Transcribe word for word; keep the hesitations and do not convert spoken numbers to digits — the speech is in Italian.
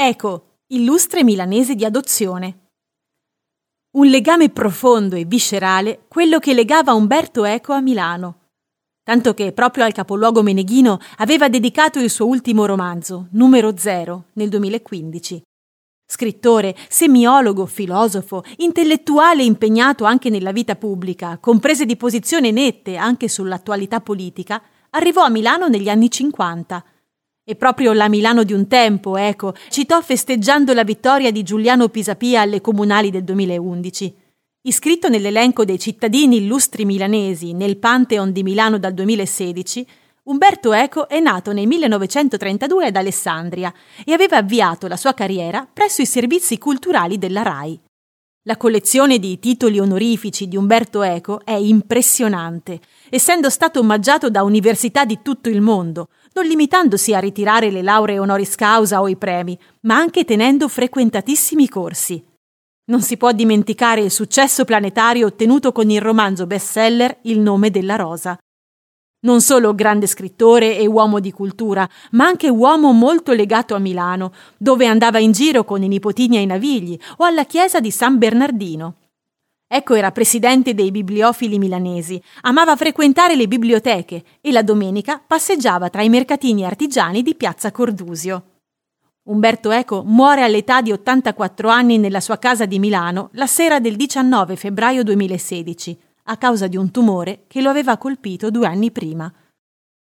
Eco, illustre milanese di adozione. Un legame profondo e viscerale quello che legava Umberto Eco a Milano, tanto che proprio al capoluogo meneghino aveva dedicato il suo ultimo romanzo, Numero Zero, nel duemilaquindici. Scrittore, semiologo, filosofo, intellettuale impegnato anche nella vita pubblica, con prese di posizione nette anche sull'attualità politica, arrivò a Milano negli anni cinquanta. E proprio la Milano di un tempo, Eco, citò festeggiando la vittoria di Giuliano Pisapia alle comunali del duemilaundici. Iscritto nell'elenco dei cittadini illustri milanesi nel Pantheon di Milano dal duemilasedici, Umberto Eco è nato nel millenovecentotrentadue ad Alessandria e aveva avviato la sua carriera presso i servizi culturali della RAI. La collezione di titoli onorifici di Umberto Eco è impressionante, essendo stato omaggiato da università di tutto il mondo, non limitandosi a ritirare le lauree honoris causa o i premi, ma anche tenendo frequentatissimi corsi. Non si può dimenticare il successo planetario ottenuto con il romanzo bestseller Il nome della rosa. Non solo grande scrittore e uomo di cultura, ma anche uomo molto legato a Milano, dove andava in giro con i nipotini ai Navigli o alla chiesa di San Bernardino. Eco era presidente dei bibliofili milanesi, amava frequentare le biblioteche e la domenica passeggiava tra i mercatini artigiani di Piazza Cordusio. Umberto Eco muore all'età di ottantaquattro anni nella sua casa di Milano la sera del diciannove febbraio duemilasedici, a causa di un tumore che lo aveva colpito due anni prima.